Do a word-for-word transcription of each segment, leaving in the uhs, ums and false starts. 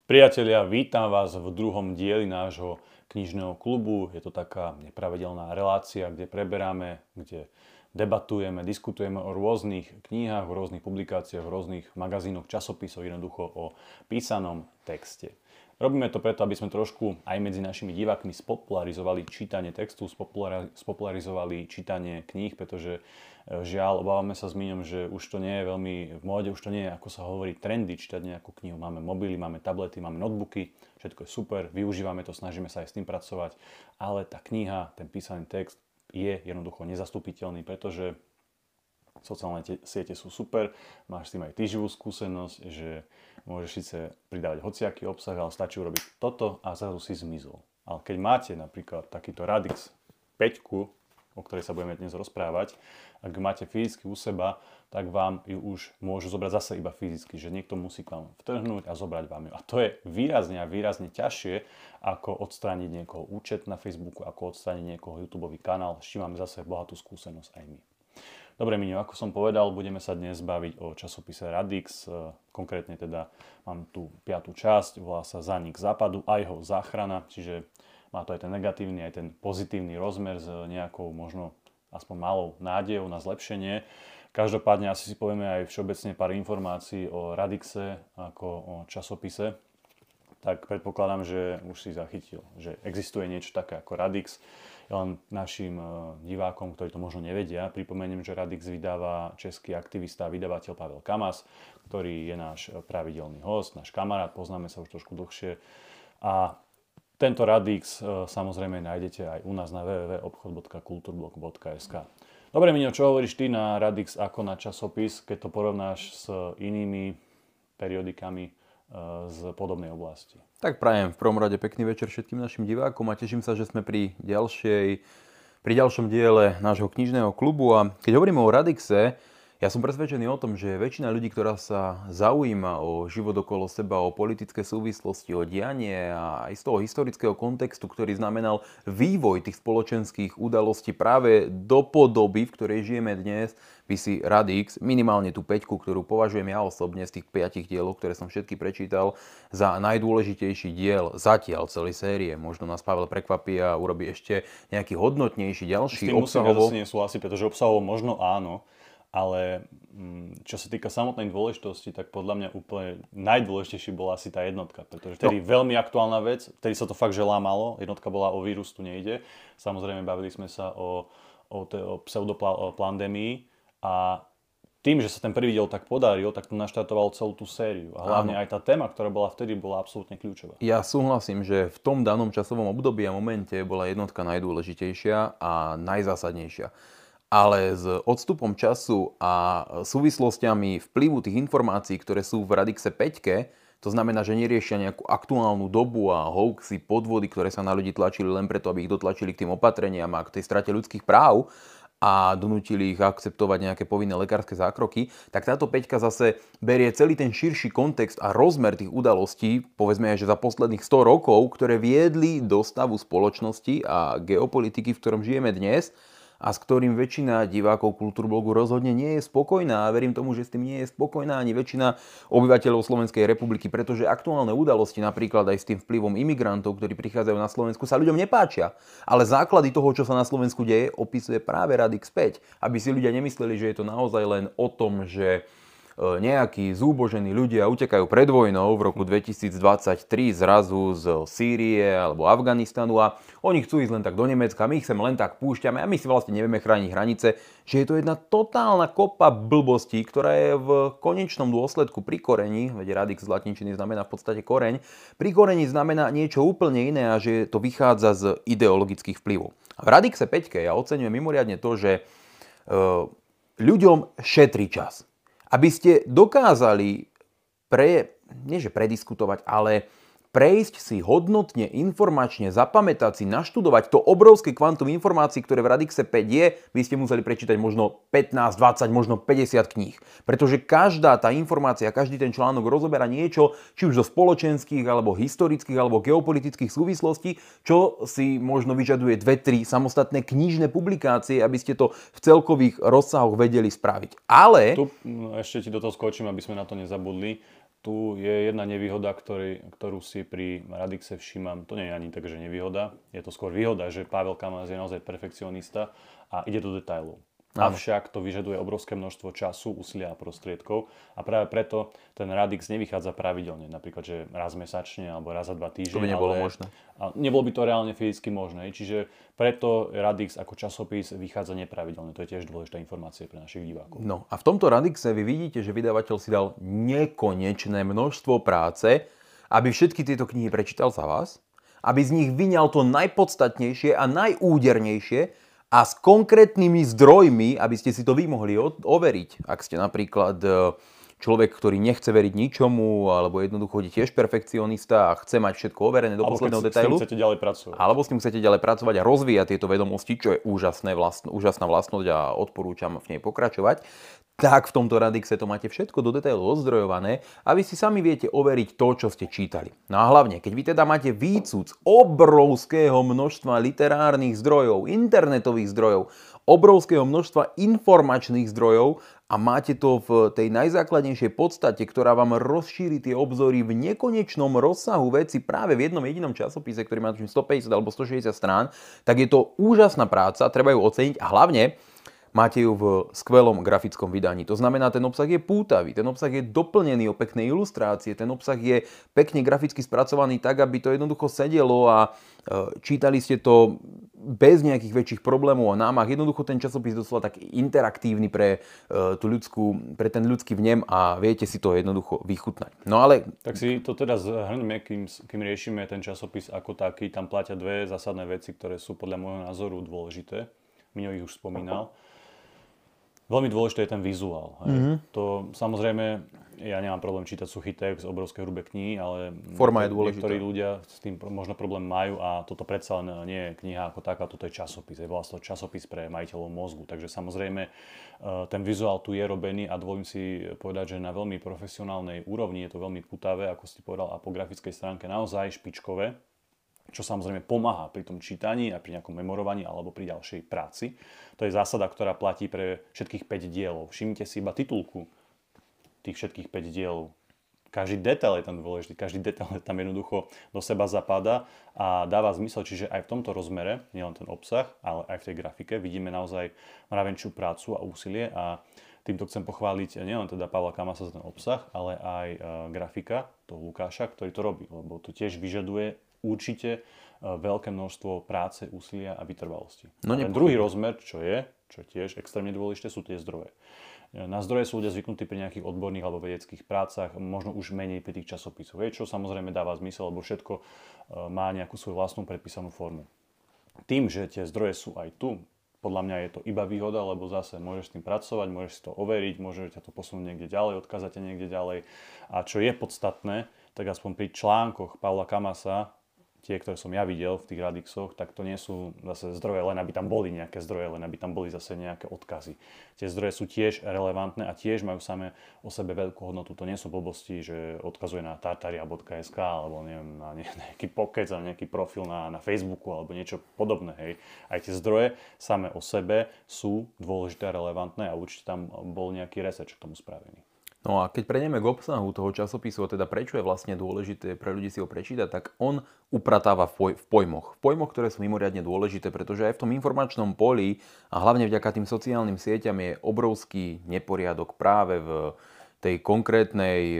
Priatelia, vítam vás v druhom dieli nášho knižného klubu. Je to taká nepravidelná relácia, kde preberáme, kde debatujeme, diskutujeme o rôznych knihách, o rôznych publikáciách, o rôznych magazínoch, časopisoch, jednoducho o písanom texte. Robíme to preto, aby sme trošku aj medzi našimi divákmi spopularizovali čítanie textu, spopularizovali čítanie kníh, pretože žiaľ, obávame sa s Míňom, že už to nie je veľmi v móde, už to nie je, ako sa hovorí, trendy čítať nejakú knihu. Máme mobily, máme tablety, máme notebooky, všetko je super, využívame to, snažíme sa aj s tým pracovať, ale tá kniha, ten písaný text je jednoducho nezastupiteľný, pretože sociálne siete sú super, máš s tým aj ty živú skúsenosť, že môžeš síce pridávať hociaký obsah, ale stačí urobiť toto a zrazu si zmizol. Ale keď máte napríklad takýto Radix päť, o ktorej sa budeme dnes rozprávať, ak máte fyzicky u seba, tak vám ju už môžu zobrať zase iba fyzicky, že niekto musí k vám vtrhnúť a zobrať vám ju. A to je výrazne a výrazne ťažšie, ako odstrániť niekoho účet na Facebooku, ako odstrániť niekoho YouTubeový kanál, s čím máme zase bohatú skúsenosť aj my. Dobre, Miňo, ako som povedal, budeme sa dnes baviť o časopise Radix. Konkrétne teda mám tu piatú časť, volá sa Zánik západu a jeho záchrana, čiže má to aj ten negatívny, aj ten pozitívny rozmer s nejakou možno aspoň malou nádejou na zlepšenie. Každopádne asi si povieme aj všeobecne pár informácií o Radixe ako o časopise. Tak predpokladám, že už si zachytil, že existuje niečo také ako Radix. Ja len našim divákom, ktorí to možno nevedia, pripomeniem, že Radix vydáva český aktivista a vydavateľ Pavel Kamas, ktorý je náš pravidelný host, náš kamarát, poznáme sa už trošku dlhšie. A tento Radix samozrejme nájdete aj u nás na w w w bodka obchod bodka kulturblog bodka es ka. Dobre, Miňo, čo hovoríš ty na Radix ako na časopis, keď to porovnáš s inými periodikami z podobnej oblasti? Tak prajem v prvom rade pekný večer všetkým našim divákom a teším sa, že sme pri ďalšej, pri ďalšom diele nášho knižného klubu. A keď hovoríme o Radixe, ja som presvedčený o tom, že väčšina ľudí, ktorá sa zaujíma o život okolo seba, o politické súvislosti, o dianie a aj z toho historického kontextu, ktorý znamenal vývoj tých spoločenských udalostí práve do podoby, v ktorej žijeme dnes, by si Radix, minimálne tú päťku, ktorú považujem ja osobne z tých piatich dielov, ktoré som všetky prečítal, za najdôležitejší diel zatiaľ celej série. Možno nás Pavel prekvapí a urobí ešte nejaký hodnotnejší ďalší obsahovo. S tým musím ja nesúhlasiť, pretože obsahovo možno áno, ale čo sa týka samotnej dôležitosti, tak podľa mňa úplne najdôležitejší bola asi tá jednotka, pretože vtedy no. veľmi aktuálna vec, vtedy sa to fakt že lámalo, jednotka bola o vírus, tu nejde. Samozrejme bavili sme sa o, o, o pseudoplandémii a tým, že sa ten prvý diel tak podaril, tak to naštartovalo celú tú sériu. A hlavne Áno. aj tá téma, ktorá bola vtedy, bola absolútne kľúčová. Ja súhlasím, že v tom danom časovom období a momente bola jednotka najdôležitejšia a najzásadnejšia. Ale s odstupom času a súvislostiami vplyvu tých informácií, ktoré sú v Radixe päťke, to znamená, že neriešia nejakú aktuálnu dobu a hoaxy, podvody, ktoré sa na ľudí tlačili len preto, aby ich dotlačili k tým opatreniam a k tej strate ľudských práv a donútili ich akceptovať nejaké povinné lekárske zákroky, tak táto päťka zase berie celý ten širší kontext a rozmer tých udalostí, povedzme aj, že za posledných sto rokov, ktoré viedli do stavu spoločnosti a geopolitiky, v ktorom žijeme dnes, a s ktorým väčšina divákov Kulturblogu rozhodne nie je spokojná. A verím tomu, že s tým nie je spokojná ani väčšina obyvateľov Slovenskej republiky, pretože aktuálne udalosti, napríklad aj s tým vplyvom imigrantov, ktorí prichádzajú na Slovensku, sa ľuďom nepáčia. Ale základy toho, čo sa na Slovensku deje, opisuje práve Radix päť. Aby si ľudia nemysleli, že je to naozaj len o tom, že nejakí zúbožení ľudia utekajú pred vojnou v roku dvetisícdvadsaťtri zrazu z Sýrie alebo Afganistanu a oni chcú ísť len tak do Nemecka, my ich sem len tak púšťame a my si vlastne nevieme chrániť hranice, že je to jedna totálna kopa blbostí, ktorá je v konečnom dôsledku pri koreni, veď Radix z latinčiny znamená v podstate koreň, pri koreni znamená niečo úplne iné a že to vychádza z ideologických vplyvov. A v Radixe päťke ja oceňujem mimoriadne to, že ľuďom šetrí čas. Aby ste dokázali pre, nie že prediskutovať, ale prejsť si hodnotne, informačne, zapamätať si, naštudovať to obrovské kvantum informácií, ktoré v Radixe päť je, by ste museli prečítať možno pätnásť, dvadsať, možno päťdesiat kníh. Pretože každá tá informácia, každý ten článok rozoberá niečo, či už zo spoločenských, alebo historických, alebo geopolitických súvislostí, čo si možno vyžaduje dve tri samostatné knižné publikácie, aby ste to v celkových rozsahoch vedeli spraviť. Ale... Tu ešte ti do toho skočím, aby sme na to nezabudli. tu je jedna nevýhoda, ktorý, ktorú si pri Radixe všímam. To nie je ani tak, že nevýhoda. Je to skôr výhoda, že Pavel Kamaz je naozaj perfekcionista a ide do detailov. Avšak to vyžaduje obrovské množstvo času, úsilia a prostriedkov a práve preto ten Radix nevychádza pravidelne, napríklad, že raz mesačne alebo raz za dva týždne. To by nebolo ale možné. Nebolo by to reálne fyzicky možné, čiže preto Radix ako časopis vychádza nepravidelne. To je tiež dôležitá informácia pre našich divákov. No a v tomto Radixe vy vidíte, že vydavateľ si dal nekonečné množstvo práce, aby všetky tieto knihy prečítal za vás, aby z nich vyňal to najpodstatnejšie a najúdernejšie, a s konkrétnymi zdrojmi, aby ste si to vy mohli overiť. Ak ste napríklad človek, ktorý nechce veriť ničomu, alebo jednoducho je tiež perfekcionista a chce mať všetko overené do alebo posledného keď detailu. Alebo s tým chcete ďalej pracovať. Alebo s tým chcete ďalej pracovať a rozvíjať tieto vedomosti, čo je úžasné vlastn- úžasná vlastnosť a odporúčam v nej pokračovať. Tak v tomto Radixe to máte všetko do detailu odzdrojované a vy si sami viete overiť to, čo ste čítali. No a hlavne, keď vy teda máte výcuc obrovského množstva literárnych zdrojov, internetových zdrojov, obrovského množstva informačných zdrojov a máte to v tej najzákladnejšej podstate, ktorá vám rozšíri tie obzory v nekonečnom rozsahu veci práve v jednom jedinom časopise, ktorý má stopäťdesiat alebo stošesťdesiat strán, tak je to úžasná práca, treba ju oceniť a hlavne máte ju v skvelom grafickom vydaní. To znamená, ten obsah je pútavý, ten obsah je doplnený o pekné ilustrácie, ten obsah je pekne graficky spracovaný tak, aby to jednoducho sedelo a čítali ste to bez nejakých väčších problémov a námah. Jednoducho ten časopis doslova tak interaktívny pre, tú ľudskú, pre ten ľudský vnem a viete si to jednoducho vychutnať. No ale... Tak si to teda zhrňme, kým, kým riešime ten časopis ako taký. Tam platia dve zásadné veci, ktoré sú podľa môjho názoru dôležité. Miňo ich už spomínal. Veľmi dôležité je ten vizuál. Mm-hmm. To samozrejme, ja nemám problém čítať suchý text, obrovské hrubé knihy, ale forma je dôležitá. Niektorí ľudia s tým možno problém majú a toto predsa len nie je kniha ako taká, toto je časopis. Je vlastne časopis pre majiteľov mozgu. Takže samozrejme ten vizuál tu je robený a dovolím si povedať, že na veľmi profesionálnej úrovni je to veľmi putavé, ako si povedal, a po grafickej stránke naozaj špičkové, čo samozrejme pomáha pri tom čítaní a pri nejakom memorovaní alebo pri ďalšej práci. To je zásada, ktorá platí pre všetkých päť dielov. Všimnite si iba titulku tých všetkých päť dielov. Každý detail je tam dôležitý, každý detail tam jednoducho do seba zapadá a dáva zmysel, čiže aj v tomto rozmere, nielen ten obsah, ale aj v tej grafike, vidíme naozaj mravenčiu prácu a úsilie a týmto chcem pochváliť nielen teda Pavla Kamasa za ten obsah, ale aj uh, grafika, toho Lukáša, ktorý to robí, lebo to tiež vyžaduje určite veľké množstvo práce, úsilia a vytrvalosti. No, ten druhý rozmer, čo je, čo je tiež extrémne dôležité, sú tie zdroje. Na zdroje sú ľudia zvyknutí pri nejakých odborných alebo vedeckých prácach, možno už menej pri tých časopisoch, čo samozrejme dáva zmysel, lebo všetko má nejakú svoju vlastnú predpísanú formu. Tým, že tie zdroje sú aj tu, podľa mňa je to iba výhoda, lebo zase môžeš s tým pracovať, môžeš si to overiť, môžeš ťa to posunúť niekde ďalej, odkázať ťa niekde ďalej. A čo je podstatné, tak aspoň pri článkoch Pavla Kamasa, tie, ktoré som ja videl v tých Radixoch, tak to nie sú zase zdroje len, aby tam boli nejaké zdroje, len aby tam boli zase nejaké odkazy. Tie zdroje sú tiež relevantné a tiež majú samé o sebe veľkú hodnotu. To nie sú blbosti, že odkazuje na tartaria bodka es ká alebo neviem, na nejaký pokec, na nejaký profil na, na Facebooku alebo niečo podobné. Hej. Aj tie zdroje samé o sebe sú dôležité a relevantné a určite tam bol nejaký research k tomu spravený. No a keď prejdeme k obsahu toho časopisu, a teda prečo je vlastne dôležité pre ľudí si ho prečítať, tak on upratáva v, poj- v pojmoch. V pojmoch, ktoré sú mimoriadne dôležité, pretože aj v tom informačnom poli a hlavne vďaka tým sociálnym sieťam je obrovský neporiadok práve v tej konkrétnej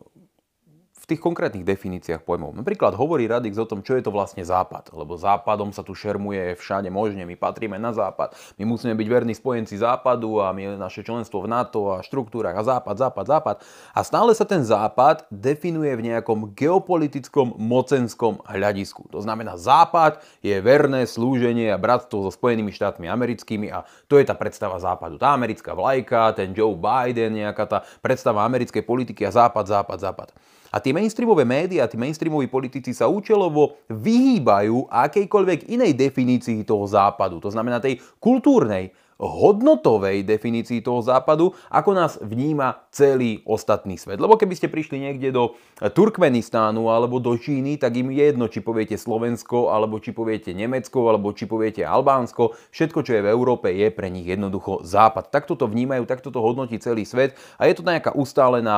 v tých konkrétnych definíciách pojmov. Napríklad hovorí Radix o tom, čo je to vlastne Západ, lebo Západom sa tu šermuje všade možne, my patríme na Západ, my musíme byť verní spojenci Západu a my naše členstvo v NATO a štruktúrach a Západ, Západ, Západ. A stále sa ten Západ definuje v nejakom geopolitickom mocenskom hľadisku. To znamená, Západ je verné slúženie a bratstvo so Spojenými štátmi americkými a to je tá predstava Západu. Tá americká vlajka, ten Joe Biden, nejaká tá predstava americkej politiky a Západ, Západ, Západ. A tie mainstreamové médiá, tí mainstreamoví politici sa účelovo vyhýbajú akejkoľvek inej definícii toho západu. To znamená tej kultúrnej, hodnotovej definícii toho západu, ako nás vníma celý ostatný svet. Lebo keby ste prišli niekde do Turkmenistánu alebo do Číny, tak im je jedno, či poviete Slovensko, alebo či poviete Nemecko, alebo či poviete Albánsko. Všetko, čo je v Európe, je pre nich jednoducho západ. Takto to vnímajú, takto to hodnotí celý svet a je to nejaká ustálená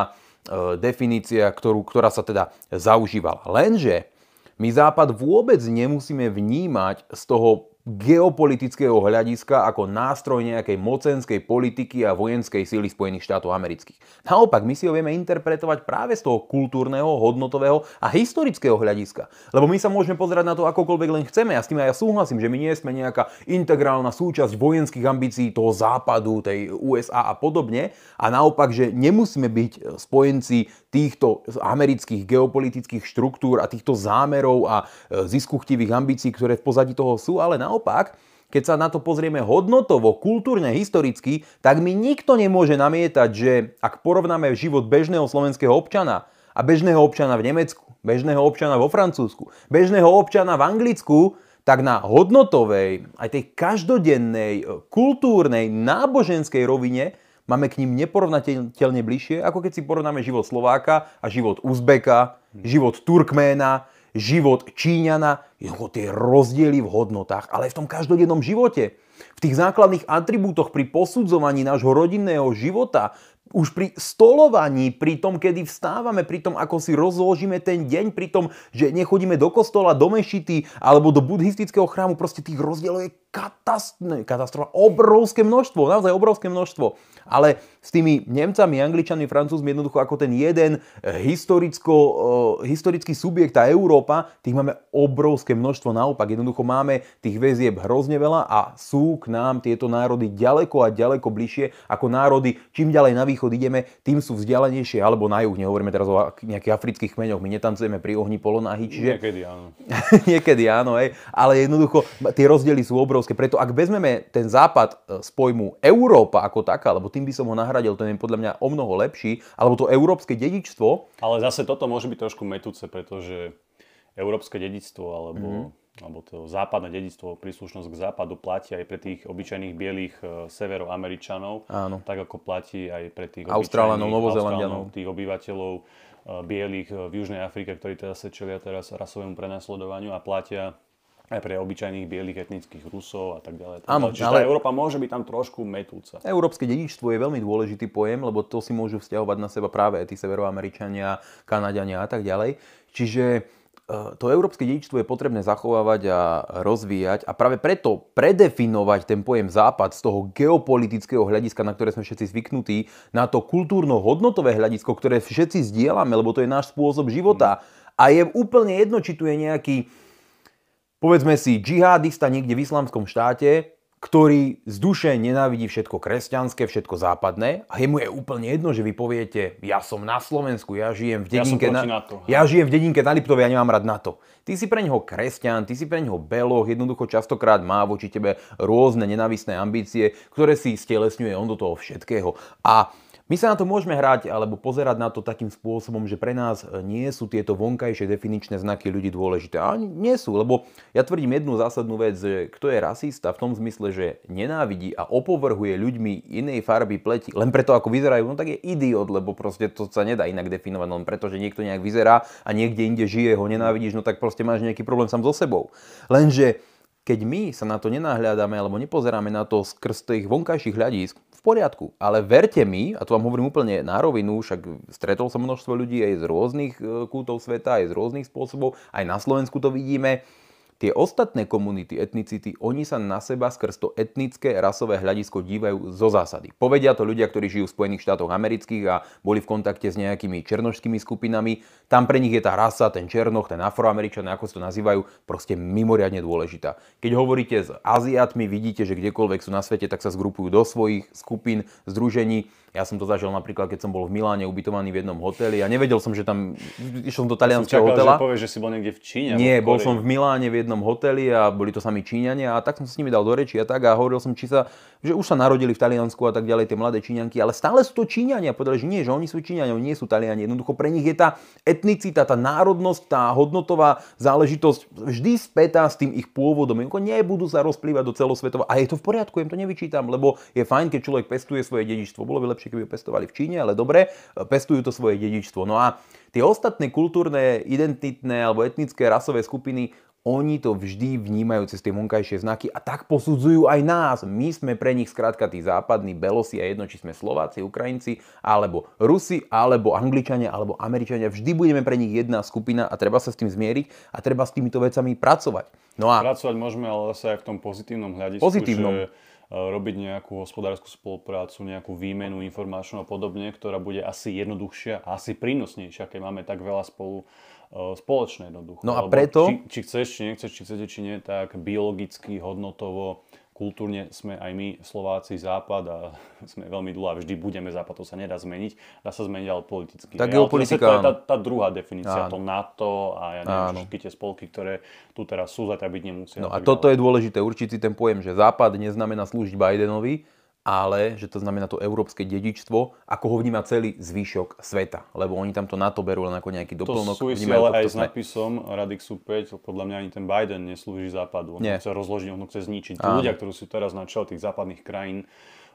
definícia, ktorú, ktorá sa teda zaužívala. Lenže my Západ vôbec nemusíme vnímať z toho geopolitického hľadiska ako nástroj nejakej mocenskej politiky a vojenskej síly Spojených štátov amerických. Naopak, my si ho vieme interpretovať práve z toho kultúrneho, hodnotového a historického hľadiska. Lebo my sa môžeme pozerať na to akokoľvek len chceme. A s tým aj ja súhlasím, že my nie sme nejaká integrálna súčasť vojenských ambícií toho západu, tej ú es á a podobne. A naopak, že nemusíme byť spojenci týchto amerických geopolitických štruktúr a týchto zámerov a ziskuchtivých ambícií, ktoré v pozadí toho sú, ale naopak, keď sa na to pozrieme hodnotovo, kultúrne, historicky, tak mi nikto nemôže namietať, že ak porovnáme život bežného slovenského občana a bežného občana v Nemecku, bežného občana vo Francúzsku, bežného občana v Anglicku, tak na hodnotovej, aj tej každodennej, kultúrnej, náboženskej rovine máme k ním neporovnateľne bližšie, ako keď si porovnáme život Slováka a život Uzbeka, život Turkména, život Číňana, tie rozdiely v hodnotách, ale aj v tom každodennom živote. V tých základných atribútoch pri posudzovaní nášho rodinného života, už pri stolovaní, pri tom, kedy vstávame, pri tom, ako si rozložíme ten deň, pri tom, že nechodíme do kostola, do mešity alebo do buddhistického chrámu, proste tých rozdielov je katastrofa, obrovské množstvo, naozaj obrovské množstvo. Ale s tými Nemcami, Angličanmi, Francúzmi jednoducho ako ten jeden historicko, historický subjekt, tá Európa, tých máme obrovské množstvo. Naopak, jednoducho máme tých väzieb hrozne veľa a sú k nám tieto národy ďaleko a ďaleko bližšie ako národy. Čím ďalej na východ ideme, tým sú vzdialenejšie, alebo na juh. Nehovoríme teraz o nejakých afrických kmeňoch, my netancujeme pri ohni polonáhy, čiže... Niekedy áno. Niekedy áno, hej. Ale jednoducho tie rozdiely sú obrovské. Preto ak vezmeme ten západ z pojmu Európa ako taká, lebo tým by som ho nahradil, to je podľa mňa o mnoho lepší, alebo to európske dedičstvo. Ale zase toto môže byť trošku mätúce, pretože európske dedičstvo alebo, mm-hmm. alebo to západné dedičstvo, príslušnosť k západu platí aj pre tých obyčajných bielých severoameričanov, áno. Tak ako platí aj pre tých Austrálánov, Novozélanďanov, tých obyvateľov bielých v Južnej Afrike, ktorí teda sa čelia teraz rasovému prenasledovaniu a platia aj pre obyčajných bielých etnických Rusov a tak ďalej. Áno, čiže ale tá Európa môže byť tam trošku mätúca. Európske dedičstvo je veľmi dôležitý pojem, lebo to si môžu vzťahovať na seba práve tí severoameričania, Kanaďania a tak ďalej. Čiže to európske dedičstvo je potrebné zachovávať a rozvíjať a práve preto predefinovať ten pojem západ z toho geopolitického hľadiska, na ktoré sme všetci zvyknutí, na to kultúrno-hodnotové hľadisko, ktoré všetci zdieľame, lebo to je náš spôsob života. A je úplne jedno, či tu je nejaký, povedzme si, džihadista niekde v islamskom štáte, ktorý z duše nenávidí všetko kresťanské, všetko západné a jemu je úplne jedno, že vy poviete, ja som na Slovensku, ja žijem v dedinke, ja, na, ja žijem v dedinke na Liptove, ja nemám rád NATO. Ty si pre neho kresťan, ty si pre neho beloch, jednoducho častokrát má voči tebe rôzne nenávistné ambície, ktoré si stelesňuje on do toho všetkého. A my sa na to môžeme hrať alebo pozerať na to takým spôsobom, že pre nás nie sú tieto vonkajšie definičné znaky ľudí dôležité. A nie sú, lebo ja tvrdím jednu zásadnú vec, že kto je rasista v tom zmysle, že nenávidí a opovrhuje ľuďmi inej farby pleti, len preto ako vyzerajú, no tak je idiot, lebo proste to sa nedá inak definovať, len preto, že niekto nejak vyzerá a niekde inde žije, ho nenávidíš, no tak proste máš nejaký problém sám so sebou. Lenže keď my sa na to nenahľadáme alebo nepozeráme na to skrz tých vonkajších hľadísk, v poriadku. Ale verte mi, a to vám hovorím úplne na rovinu, však stretol som množstvo ľudí aj z rôznych kútov sveta, aj z rôznych spôsobov, aj na Slovensku to vidíme. Tie ostatné komunity, etnicity, oni sa na seba skrz to etnické, rasové hľadisko dívajú zo zásady. Povedia to ľudia, ktorí žijú v Spojených štátoch amerických a boli v kontakte s nejakými černošskými skupinami. Tam pre nich je tá rasa, ten černoch, ten afroameričan, ako sa to nazývajú, proste mimoriadne dôležitá. Keď hovoríte s Aziatmi, vidíte, že kdekoľvek sú na svete, tak sa zgrupujú do svojich skupín, združení. Ja som to zažil napríklad, keď som bol v Miláne ubytovaný v jednom hoteli a nevedel som, že tam išiel som do talianskeho hotela. Ja som čakal, že povieš, že si bol niekde v Číne. Nie, bol som v Miláne v jednom hoteli a boli to sami Číňania a tak som sa s nimi dal do reči a tak a hovoril som, či sa, že už sa narodili v Taliansku a tak ďalej tie mladé Číňanky, ale stále sú to Číňania. Povedali, že nie, že oni sú Číňania, oni nie sú Taliani. Jednoducho pre nich je tá etnicita, tá národnosť, tá hodnotová záležitosť vždy spätá s tým ich pôvodom. Jednoducho nebudú sa rozplývať do celosvetového. A je to v poriadku, im to nevyčítam, lebo je fajn, keď človek pestuje svoje dedičstvo. Bolo by lepšie, keby ho pestovali v Číne, ale dobre, pestujú to svoje dedičstvo. No a tie ostatné kultúrne, identitné alebo etnické rasové skupiny, oni to vždy vnímajú cez tie vonkajšie znaky a tak posudzujú aj nás. My sme pre nich skrátka tí západní belosi a jedno, či sme Slováci, Ukrajinci, alebo Rusi, alebo Angličania, alebo Američania. Vždy budeme pre nich jedna skupina a treba sa s tým zmieriť a treba s týmito vecami pracovať. No a... Pracovať môžeme, ale zase aj v tom pozitívnom hľadisku, pozitívnom. že robiť nejakú hospodárskú spoluprácu, nejakú výmenu informačnú a podobne, ktorá bude asi jednoduchšia a asi prínosnejšia, keď máme tak veľa spolu spoločné jednoducho. No a preto... Či, či chceš, či nechceš, či chcete, či nie, tak biologicky, hodnotovo, kultúrne sme aj my, Slováci, Západ a sme veľmi dlho a vždy budeme Západ, to sa nedá zmeniť. Dá sa zmeniť ale politicky. Tak geopolitika, to je tá, tá druhá definícia, áno. To NATO a ja neviem, áno. Všetky tie spolky, ktoré tu teraz sú, zatiaľ byť nemusia. No a toto je dôležité, určiť si ten pojem, že Západ neznamená slúžiť Bidenovi, ale že to znamená to európske dedičstvo, ako ho vníma celý zvyšok sveta. Lebo oni tam to NATO berú len ako nejaký doplnok. To súvisí ale aj s nápisom Radixu päť, podľa mňa ani ten Biden neslúži Západu. On Nie. chce rozložiť, on chce zničiť. Tí ľudia, ktorí sú teraz na čele tých západných krajín,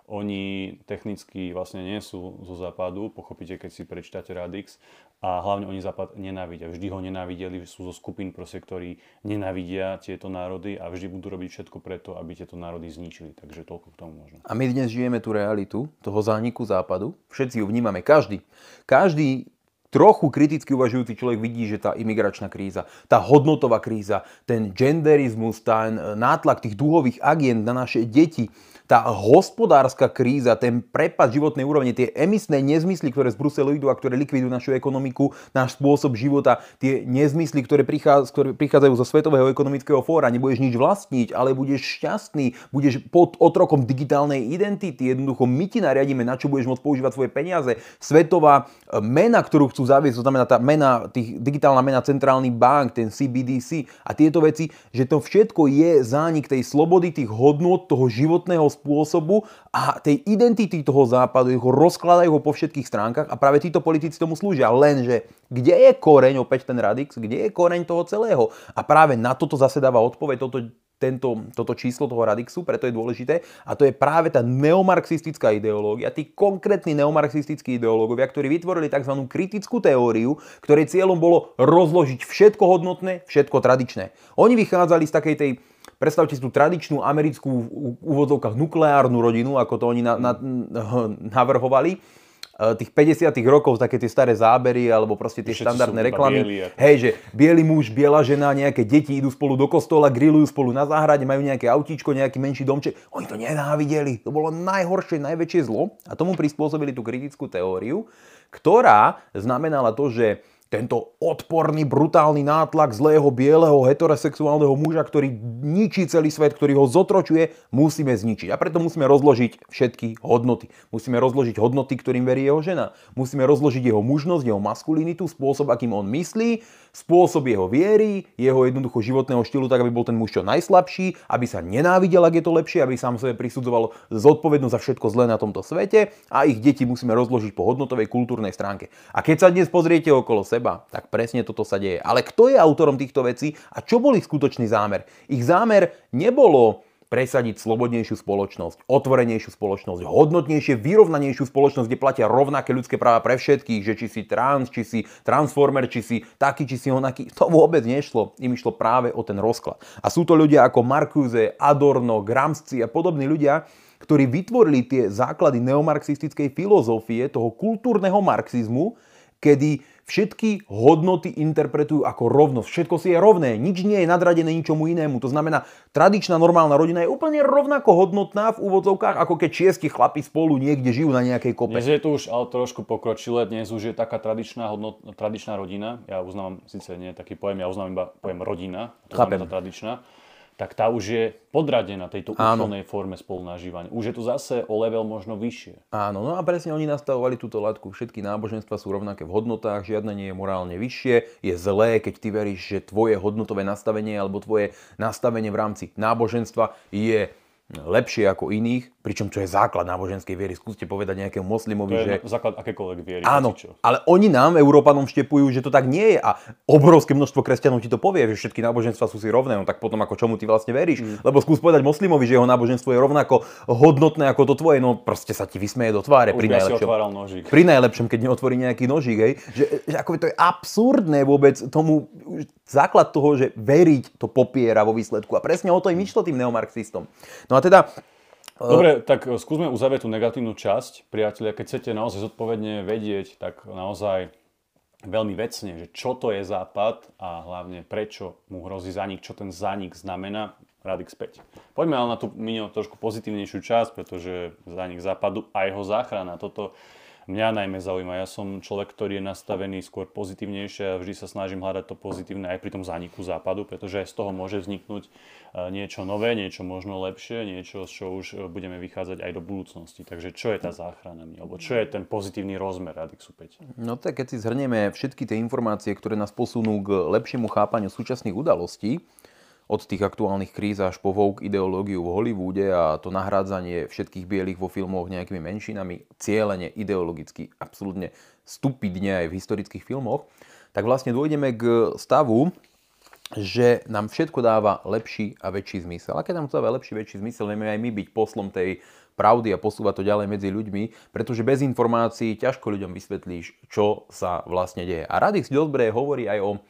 oni technicky vlastne nie sú zo Západu, pochopíte, keď si prečítate Radix, a hlavne oni Západ nenávidia. Vždy ho nenávideli, sú zo skupín, proste, ktorí nenávidia tieto národy a vždy budú robiť všetko preto, aby tieto národy zničili. Takže toľko k tomu možno. A my dnes žijeme tú realitu toho zániku Západu. Všetci ju vnímame, každý. Každý trochu kriticky uvažujúci človek vidí, že tá imigračná kríza, tá hodnotová kríza, ten genderizmus, ten nátlak tých duhových agend na naše deti, tá hospodárska kríza, ten prepad životnej úrovne, tie emisné nezmysly, ktoré z Bruselu idú a ktoré likvidujú našu ekonomiku, náš spôsob života, tie nezmysly, ktoré, prichádzajú, ktoré prichádzajú zo Svetového ekonomického fóra, nebudeš nič vlastniť, ale budeš šťastný, budeš pod otrokom digitálnej identity, jednoducho my ti nariadíme, na čo budeš môcť používať svoje peniaze. Svetová mena, ktorú chcú zaviesť, to znamená tá mena, tých, digitálna mena centrálny bank, ten C B D C a tieto veci, že to všetko je zánik tej slobody, tých hodnôt, toho životného spôsobu a tej identity toho západu, ho rozkladajú ho po všetkých stránkach a práve títo politici tomu slúžia. Lenže kde je koreň, opäť ten Radix, kde je koreň toho celého? A práve na toto zase dáva odpoveď toto, tento, toto číslo toho Radixu, preto je dôležité a to je práve tá neomarxistická ideológia, tí konkrétni neomarxistickí ideológovia, ktorí vytvorili tzv. Kritickú teóriu, ktorej cieľom bolo rozložiť všetko hodnotné, všetko tradičné. Oni vychádzali z takej tej, predstavte si tú tradičnú americkú v úvodzovkách nukleárnu rodinu, ako to oni na, na, navrhovali, tých päťdesiatych rokov, také tie staré zábery, alebo proste tie všetci štandardné reklamy. Bieli, hej, že biely muž, biela žena, nejaké deti idú spolu do kostola, grillujú spolu na záhrade, majú nejaké autíčko, nejaký menší domček. Oni to nenávideli. To bolo najhoršie, najväčšie zlo. A tomu prispôsobili tú kritickú teóriu, ktorá znamenala to, že tento odporný, brutálny nátlak zlého, bieleho, heterosexuálneho muža, ktorý ničí celý svet, ktorý ho zotročuje, musíme zničiť. A preto musíme rozložiť všetky hodnoty. Musíme rozložiť hodnoty, ktorým verí jeho žena. Musíme rozložiť jeho mužnosť, jeho maskulinitu, spôsob, akým on myslí, spôsob jeho viery, jeho jednoducho životného štýlu, tak aby bol ten muž čo najslabší, aby sa nenávidel, ak je to lepšie, aby sám sebe prisudzoval zodpovednosť za všetko zlé na tomto svete a ich deti musíme rozložiť po hodnotovej kultúrnej stránke. A keď sa dnes pozriete okolo seba, tak presne toto sa deje. Ale kto je autorom týchto vecí a čo bol ich skutočný zámer? Ich zámer nebolo presadiť slobodnejšiu spoločnosť, otvorenejšiu spoločnosť, hodnotnejšie, vyrovnanejšiu spoločnosť, kde platia rovnaké ľudské práva pre všetkých, že či si trans, či si transformer, či si taký, či si onaký. To vôbec nešlo. Im išlo práve o ten rozklad. A sú to ľudia ako Marcuse, Adorno, Gramsci a podobní ľudia, ktorí vytvorili tie základy neomarxistickej filozofie, toho kultúrneho marxizmu, kedy všetky hodnoty interpretujú ako rovnosť. Všetko si je rovné, nič nie je nadradené ničomu inému. To znamená, tradičná normálna rodina je úplne rovnako hodnotná v úvodzovkách, ako keď šiesti chlapi spolu niekde žijú na nejakej kope. Dnes je to už ale trošku pokročilé, dnes už je taká tradičná, hodnot, tradičná rodina. Ja uznávam, síce nie je taký pojem, ja uznám iba pojem rodina, to znamená tradičná. Tak tá už je podradená tejto úplnej forme spolunažívania. Už je to zase o level možno vyššie. Áno, no a presne oni nastavovali túto latku. Všetky náboženstva sú rovnaké v hodnotách, žiadne nie je morálne vyššie. Je zlé, keď ty veríš, že tvoje hodnotové nastavenie alebo tvoje nastavenie v rámci náboženstva je lepšie ako iných. Pričom čo je základ náboženskej viery? Skúste povedať nejakému moslimovi, to je že... základ akékoľvek viery. Áno, čo? ale oni nám, Európanom, vštepujú, že to tak nie je a obrovské množstvo kresťanov ti to povie, že všetky náboženstva sú si rovné, no tak potom ako čomu ty vlastne veríš? Mm. Lebo skús povedať moslimovi, že jeho náboženstvo je rovnako hodnotné ako to tvoje, no proste sa ti vysmeje do tváre. Už pri by asi najlepšom. otváral nožík. Pri najlepšom, keď neotvorí nejaký nožík, hej, že, že ako to je absurdné vôbec tomu, základ toho, že veriť to popiera vo výsledku a presne o to im išlo tým neomarxistom. No a teda dobre, tak skúsme uzavrieť tú negatívnu časť. Priatelia, keď chcete naozaj zodpovedne vedieť, tak naozaj veľmi vecne, že čo to je Západ a hlavne prečo mu hrozí zánik, čo ten zánik znamená, Radik späť. Poďme ale na tú minulú trošku pozitívnejšiu časť, pretože zánik Západu a jeho záchrana, toto mňa najmä zaujíma. Ja som človek, ktorý je nastavený skôr pozitívnejšie a vždy sa snažím hľadať to pozitívne aj pri tom zániku Západu, pretože aj z toho môže vzniknúť niečo nové, niečo možno lepšie, niečo, z čo už budeme vychádzať aj do budúcnosti. Takže čo je tá záchrana? Alebo čo je ten pozitívny rozmer Radixu päť? No tak keď si zhrnieme všetky tie informácie, ktoré nás posunú k lepšiemu chápaniu súčasných udalostí, od tých aktuálnych kríz až po woke ideológiu v Hollywoode a to nahrádzanie všetkých bielých vo filmoch nejakými menšinami, cielene, ideologicky, absolútne stupidne aj v historických filmoch, tak vlastne dôjdeme k stavu, že nám všetko dáva lepší a väčší zmysel. A keď nám to dáva lepší, väčší zmysel, vieme aj my byť poslom tej pravdy a posúvať to ďalej medzi ľuďmi, pretože bez informácií ťažko ľuďom vysvetlíš, čo sa vlastne deje. A Radix dobre hovorí aj o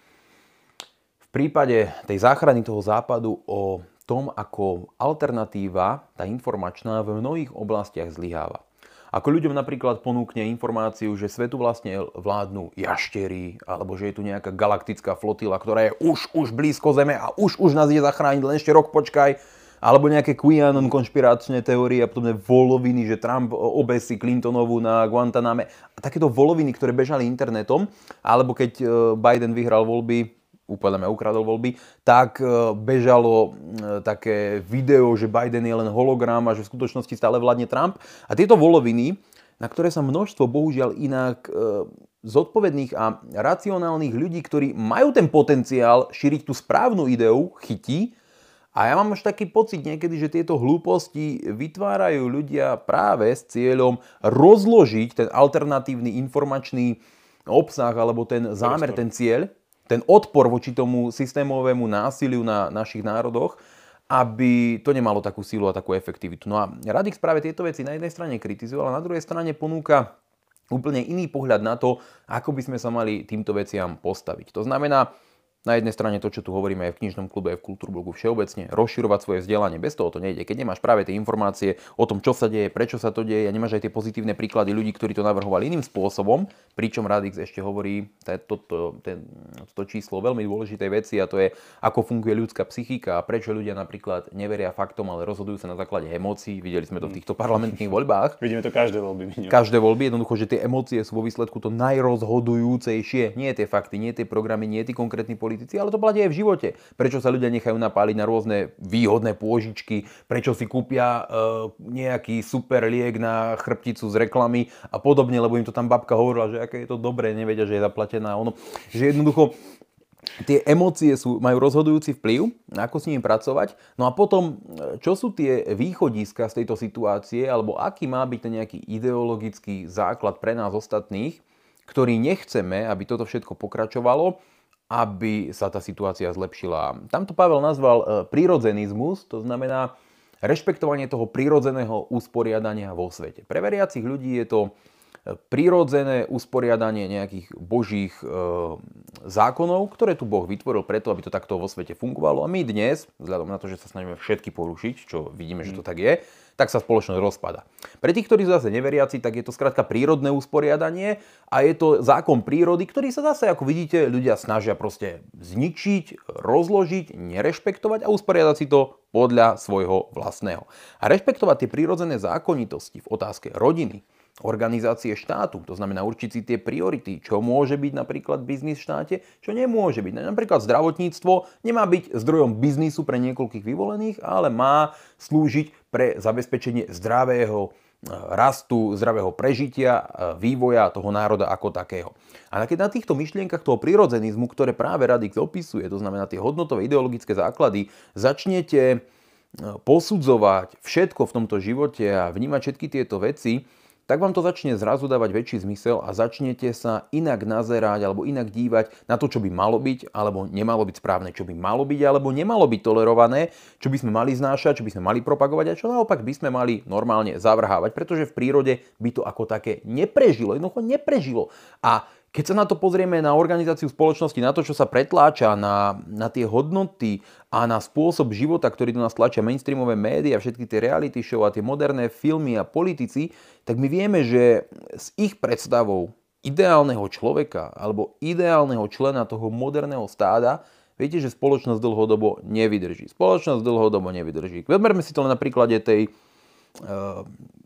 v prípade tej záchrany toho západu o tom, ako alternatíva, tá informačná, v mnohých oblastiach zlyháva. Ako ľuďom napríklad ponúkne informáciu, že svetu vlastne vládnu jaštery, alebo že je tu nejaká galaktická flotila, ktorá je už, už blízko Zeme a už, už nás ide zachrániť, len ešte rok počkaj. Alebo nejaké QAnon konšpiračné teórie a potom voloviny, že Trump obesí Clintonovú na Guantaname. A takéto voloviny, ktoré bežali internetom, alebo keď Biden vyhral voľby, úplne ukradol voľby, tak bežalo také video, že Biden je len hologram a že v skutočnosti stále vládne Trump. A tieto voloviny, na ktoré sa množstvo, bohužiaľ inak zodpovedných a racionálnych ľudí, ktorí majú ten potenciál šíriť tú správnu ideu, chytí. A ja mám až taký pocit niekedy, že tieto hlúposti vytvárajú ľudia práve s cieľom rozložiť ten alternatívny informačný obsah alebo ten zámer, ten cieľ, ten odpor voči tomu systémovému násiliu na našich národoch, aby to nemalo takú sílu a takú efektivitu. No a Radix práve tieto veci na jednej strane kritizoval a na druhej strane ponúka úplne iný pohľad na to, ako by sme sa mali týmto veciam postaviť. To znamená, na jednej strane to, čo tu hovoríme aj v knižnom klube, aj v Kultúrblogu všeobecne, rozširovať svoje vzdelanie. Bez toho to nejde. Keď nemáš práve tie informácie o tom, čo sa deje, prečo sa to deje, a nemáš aj tie pozitívne príklady ľudí, ktorí to navrhovali iným spôsobom, pričom Radix ešte hovorí toto to číslo veľmi dôležitej veci, a to je, ako funguje ľudská psychika a prečo ľudia napríklad neveria faktom, ale rozhodujú sa na základe emócií. Videli sme to v týchto parlamentných voľbách. Vidíme to každé voľby. Každé voľby, jednoducho, že tie emócie sú vo výsledku to najrozhodujúcejšie. Nie tie fakty, nie tie programy, nie tí konkrétni politici, ale to platí aj v živote. Prečo sa ľudia nechajú napáliť na rôzne výhodné pôžičky, prečo si kúpia e, nejaký super liek na chrbticu z reklamy a podobne, lebo im to tam babka hovorila, že aké je to dobré, nevedia, že je zaplatená. Ono, že jednoducho tie emócie sú, majú rozhodujúci vplyv, ako s nimi pracovať. No a potom, čo sú tie východiska z tejto situácie, alebo aký má byť ten nejaký ideologický základ pre nás ostatných, ktorý nechceme, aby toto všetko pokračovalo, aby sa tá situácia zlepšila. Tamto Pavel nazval prirodzenizmus, to znamená rešpektovanie toho prirodzeného usporiadania vo svete. Pre veriacich ľudí je to prirodzené usporiadanie nejakých božích e, zákonov, ktoré tu Boh vytvoril preto, aby to takto vo svete fungovalo. A my dnes, vzhľadom na to, že sa snažíme všetky porušiť, čo vidíme, že to tak je, tak sa spoločnosť rozpada. Pre tých, ktorí sú zase neveriaci, tak je to skrátka prírodné usporiadanie a je to zákon prírody, ktorý sa zase, ako vidíte, ľudia snažia proste zničiť, rozložiť, nerešpektovať a usporiadať si to podľa svojho vlastného. A rešpektovať tie prírodzené zákonitosti v otázke rodiny, organizácie štátu, to znamená určiť si tie priority, čo môže byť napríklad biznis v štáte, čo nemôže byť. Napríklad zdravotníctvo nemá byť zdrojom biznisu pre niekoľkých vyvolených, ale má slúžiť pre zabezpečenie zdravého rastu, zdravého prežitia, vývoja toho národa ako takého. A keď na týchto myšlienkach toho prirodzenizmu, ktoré práve Radix opisuje, to znamená tie hodnotové ideologické základy, začnete posudzovať všetko v tomto živote a vnímať všetky tieto veci, tak vám to začne zrazu dávať väčší zmysel a začnete sa inak nazerať alebo inak dívať na to, čo by malo byť alebo nemalo byť správne, čo by malo byť alebo nemalo byť tolerované, čo by sme mali znášať, čo by sme mali propagovať a čo naopak by sme mali normálne zavrhávať, pretože v prírode by to ako také neprežilo, jednoducho neprežilo. A keď sa na to pozrieme na organizáciu spoločnosti, na to, čo sa pretláča, na, na tie hodnoty a na spôsob života, ktorý do nás tlačia mainstreamové médiá, všetky tie reality show a tie moderné filmy a politici, tak my vieme, že s ich predstavou ideálneho človeka alebo ideálneho člena toho moderného stáda, viete, že spoločnosť dlhodobo nevydrží. Spoločnosť dlhodobo nevydrží. Vezmeme si to len na príklade tej... Uh,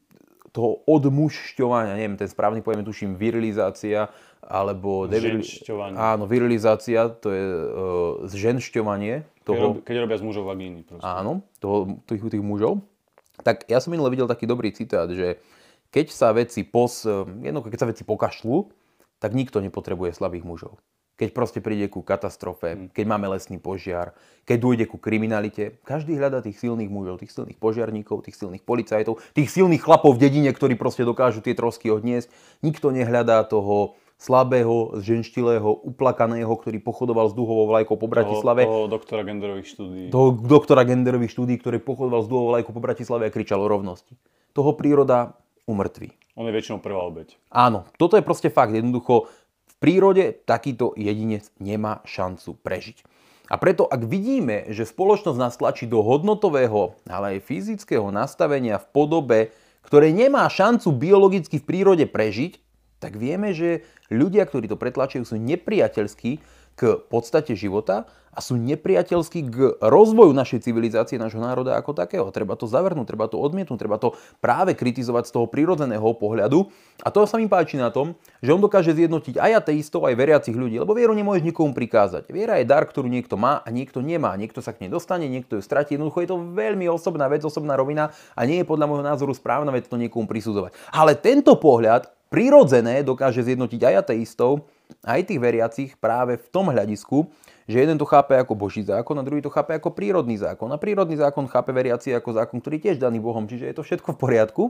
toho odmušťovania, neviem, ten správny pojem, tuším, virilizácia, alebo... Ženšťovanie. Áno, virilizácia, to je uh, zženšťovanie. Toho, keď, rob, keď robia z mužov vagíny. Proste. Áno, toho, tých, tých mužov. Tak ja som minule videl taký dobrý citát, že keď sa veci pos, jednoducho, keď sa veci pokašľú, tak nikto nepotrebuje slabých mužov. Keď proste príde ku katastrofe, keď máme lesný požiar, keď dôjde ku kriminalite, každý hľadá tých silných mužov, tých silných požiarníkov, tých silných policajtov, tých silných chlapov v dedine, ktorí proste dokážu tie trosky odniesť. Nikto nehľadá toho slabého, zženštilého, uplakaného, ktorý pochodoval s duhovou vlajkou po Bratislave. Toho, toho doktora genderových štúdií. Toho doktora genderových štúdií, ktorý pochodoval s duhovou vlajkou po Bratislave a kričal o rovnosti. Toho príroda umrtví. On je väčšinou prvá obeť. Áno, toto je proste fakt. Jednoducho v prírode takýto jedinec nemá šancu prežiť. A preto, ak vidíme, že spoločnosť nás tlačí do hodnotového, ale aj fyzického nastavenia v podobe, ktoré nemá šancu biologicky v prírode prežiť, tak vieme, že ľudia, ktorí to pretlačajú, sú nepriateľskí k podstate života a sú nepriateľskí k rozvoju našej civilizácie, nášho národa ako takého. Treba to zavrhnúť, treba to odmietnúť, treba to práve kritizovať z toho prirodzeného pohľadu. A to sa mi páči na tom, že on dokáže zjednotiť aj ateistov, aj veriacich ľudí, lebo vieru nemôžeš nikomu prikázať. Viera je dar, ktorú niekto má a niekto nemá. Niekto sa k nej dostane, niekto ju stratí. Jednoducho je to veľmi osobná vec, osobná rovina a nie je podľa môjho názoru správna vec to niekomu prisudzovať. Ale tento pohľad prirodzené dokáže zjednotiť aj ateistov, aj tých veriacich práve v tom hľadisku, že jeden to chápe ako Boží zákon a druhý to chápe ako prírodný zákon. A prírodný zákon chápe veriaci ako zákon, ktorý tiež daný Bohom, čiže je to všetko v poriadku.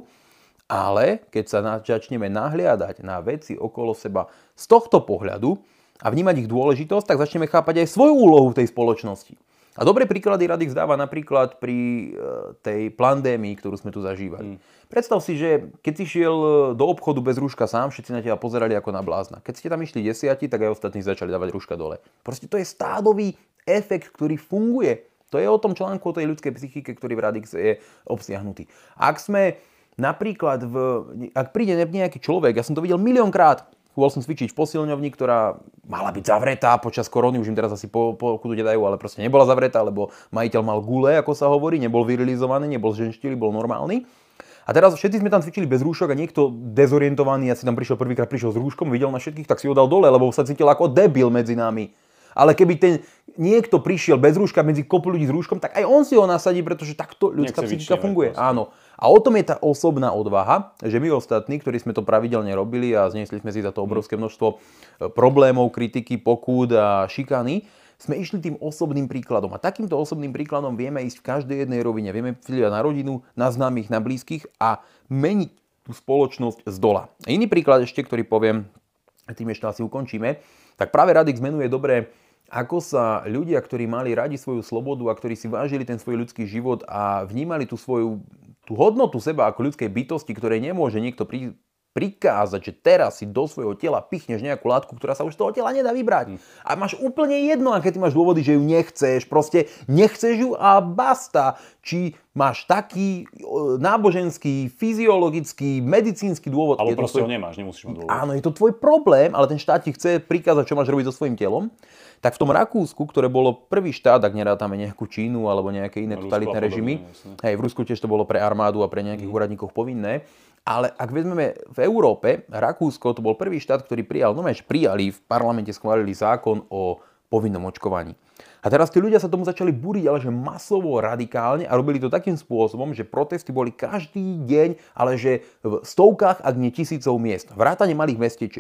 Ale keď sa začneme nahliadať na veci okolo seba z tohto pohľadu a vnímať ich dôležitosť, tak začneme chápať aj svoju úlohu v tej spoločnosti. A dobré príklady Radix dáva napríklad pri tej pandémii, ktorú sme tu zažívali. Mm. Predstav si, že keď si šiel do obchodu bez rúška sám, všetci na teba pozerali ako na blázna. Keď ste tam išli desiati, tak aj ostatní začali dávať rúška dole. Proste to je stádový efekt, ktorý funguje. To je o tom článku o tej ľudskej psychike, ktorý v Radix je obsiahnutý. Ak sme napríklad, v, ak príde nejaký človek, ja som to videl miliónkrát, bol som cvičiť v posilňovni, ktorá mala byť zavretá počas korony, už im teraz asi po, po kudu dajú, ale proste nebola zavretá, lebo majiteľ mal gule, ako sa hovorí, nebol virilizovaný, nebol zženštilý, bol normálny. A teraz všetci sme tam cvičili bez rúšok a niekto dezorientovaný, asi tam prišiel prvýkrát, prišiel s rúškom, videl na všetkých, tak si ho dal dole, lebo sa cítil ako debil medzi nami. Ale keby ten niekto prišiel bez rúška medzi kopu ľudí s rúškom, tak aj on si ho nasadí, pretože takto ľudská psychika funguje. Proste. Áno. A o tom je tá osobná odvaha, že my ostatní, ktorí sme to pravidelne robili a zniesli sme si za to obrovské množstvo problémov, kritiky, pokút a šikany, sme išli tým osobným príkladom. A takýmto osobným príkladom vieme ísť v každej jednej rovine. Vieme vplyvať na rodinu, na známych, na blízkych a meniť tú spoločnosť z dola. A iný príklad ešte, ktorý poviem, tým ešte asi ukončíme, tak práve Radix menuje dobre, ako sa ľudia, ktorí mali radi svoju slobodu a ktorí si vážili ten svoj ľudský život a vnímali tú svoju tú hodnotu seba ako ľudskej bytosti, ktorej nemôže niekto pri, prikázať, že teraz si do svojho tela pichneš nejakú látku, ktorá sa už z toho tela nedá vybrať. A máš úplne jedno, aké ty máš dôvody, že ju nechceš. Proste nechceš ju a basta. Či máš taký náboženský, fyziologický, medicínsky dôvod. Alebo proste tvoj... ho nemáš, nemusíš mať dôvod. Áno, je to tvoj problém, ale ten štát ti chce prikázať, čo máš robiť so svojím telom. Tak v tom Rakúsku, ktoré bolo prvý štát, ak nerátame nejakú Čínu alebo nejaké iné totalitné režimy, hej, v Rusku tiež to bolo pre armádu a pre nejakých mm. úradníkov povinné, ale ak vezmeme v Európe, Rakúsko to bol prvý štát, ktorý prijal, no meč prijali, v parlamente schválili zákon o povinnom očkovaní. A teraz tí ľudia sa tomu začali búriť, ale že masovo, radikálne a robili to takým spôsobom, že protesty boli každý deň, ale že v stovkách, ak nie tisícov miest, vrátane malých mestečiek.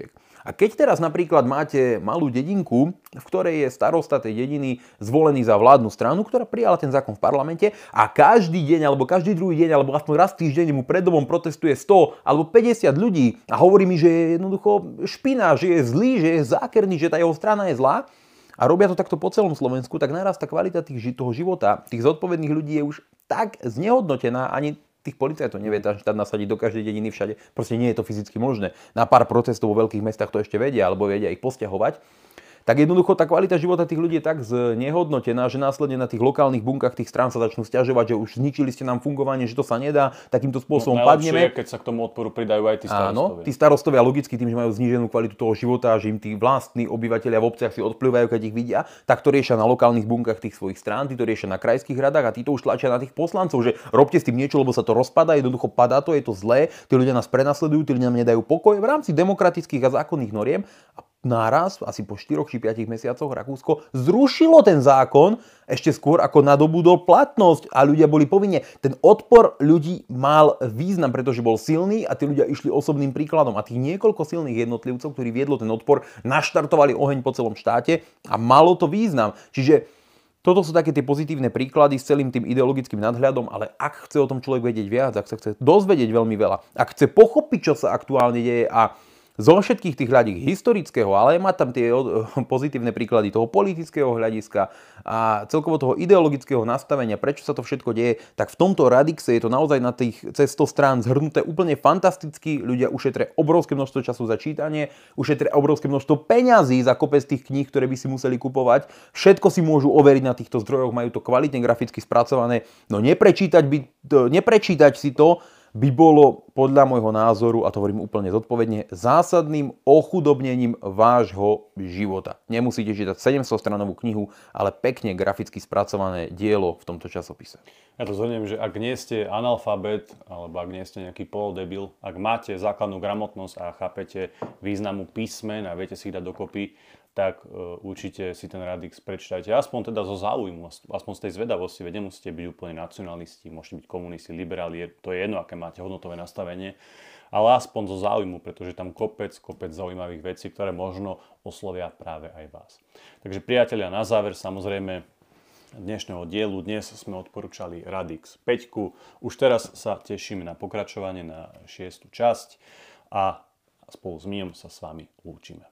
A keď teraz napríklad máte malú dedinku, v ktorej je starosta tej dediny zvolený za vládnu stranu, ktorá prijala ten zákon v parlamente a každý deň alebo každý druhý deň alebo aspoň raz týždeň mu pred domom protestuje sto alebo päťdesiat ľudí a hovorí mi, že je jednoducho špina, že je zlý, že je zákerný, že tá jeho strana je zlá a robia to takto po celom Slovensku, tak naraz tá kvalita tých, toho života, tých zodpovedných ľudí je už tak znehodnotená, ani tých policajtov nevie tam štát nasadiť do každej dediny všade. Proste nie je to fyzicky možné. Na pár protestov vo veľkých mestách to ešte vedia, alebo vedia ich posťahovať. Tak jednoducho tá kvalita života tých ľudí je tak znehodnotená, že následne na tých lokálnych bunkách tých strán sa začnú sťažovať, že už zničili ste nám fungovanie, že to sa nedá, takýmto spôsobom no, padneme. Je, keď sa k tomu odporu pridajú aj tí starostovia. Áno, tí starostovia logicky tým, že majú zníženú kvalitu toho života, že im tí vlastní obyvateľia v obciach si odplývajú, keď ich vidia, tak to riešia na lokálnych bunkách tých svojich strán, tí to riešia na krajských radách a tí to už tlačia na tých poslancov, že robte s tým niečo, lebo sa to rozpadá, jednoducho padá to, je to zlé, tí ľudia nás prenasledujú, tí ľudia nám nedajú pokoj v rámci demokratických a zákonných noriem. A náraz, asi po štyroch či piatich mesiacoch Rakúsko zrušilo ten zákon ešte skôr ako nadobudol platnosť a ľudia boli povinne. Ten odpor ľudí mal význam, pretože bol silný a tí ľudia išli osobným príkladom. A tých niekoľko silných jednotlivcov, ktorí viedlo ten odpor, naštartovali oheň po celom štáte a malo to význam. Čiže toto sú také tie pozitívne príklady s celým tým ideologickým nadhľadom, ale ak chce o tom človek vedieť viac, ak sa chce dozvedieť veľmi veľa, ak chce pochopiť, čo sa aktuálne deje a zo všetkých tých hľadík historického, ale má tam tie pozitívne príklady toho politického hľadiska a celkovo toho ideologického nastavenia, prečo sa to všetko deje, tak v tomto Radixe je to naozaj na tých cez sto strán zhrnuté úplne fantasticky. Ľudia ušetria obrovské množstvo času za čítanie, ušetria obrovské množstvo peňazí za kopec tých kníh, ktoré by si museli kupovať. Všetko si môžu overiť na týchto zdrojoch, majú to kvalitne graficky spracované. No neprečítať, by, neprečítať si to by bolo podľa môjho názoru, a to hovorím úplne zodpovedne, zásadným ochudobnením vášho života. Nemusíte čítať sedemstostranovú knihu, ale pekne graficky spracované dielo v tomto časopise. Ja to zhrniem, že ak nie ste analfabet, alebo ak nie ste nejaký polodebil, ak máte základnú gramotnosť a chápete významu písmen a viete si ich dať dokopy, tak uh, určite si ten Radix prečítajte. Aspoň teda zo záujmu, aspoň z tej zvedavosti, veď nemusíte byť úplne nacionalisti, môžete byť komunisti, liberáli, to je jedno, aké máte hodnotové nastavenie, ale aspoň zo záujmu, pretože tam kopec, kopec zaujímavých vecí, ktoré možno oslovia práve aj vás. Takže priatelia, na záver samozrejme dnešného dielu, dnes sme odporúčali Radix päť. Už teraz sa tešíme na pokračovanie, na šiestu časť a spolu s Mijom sa s vami lúčime.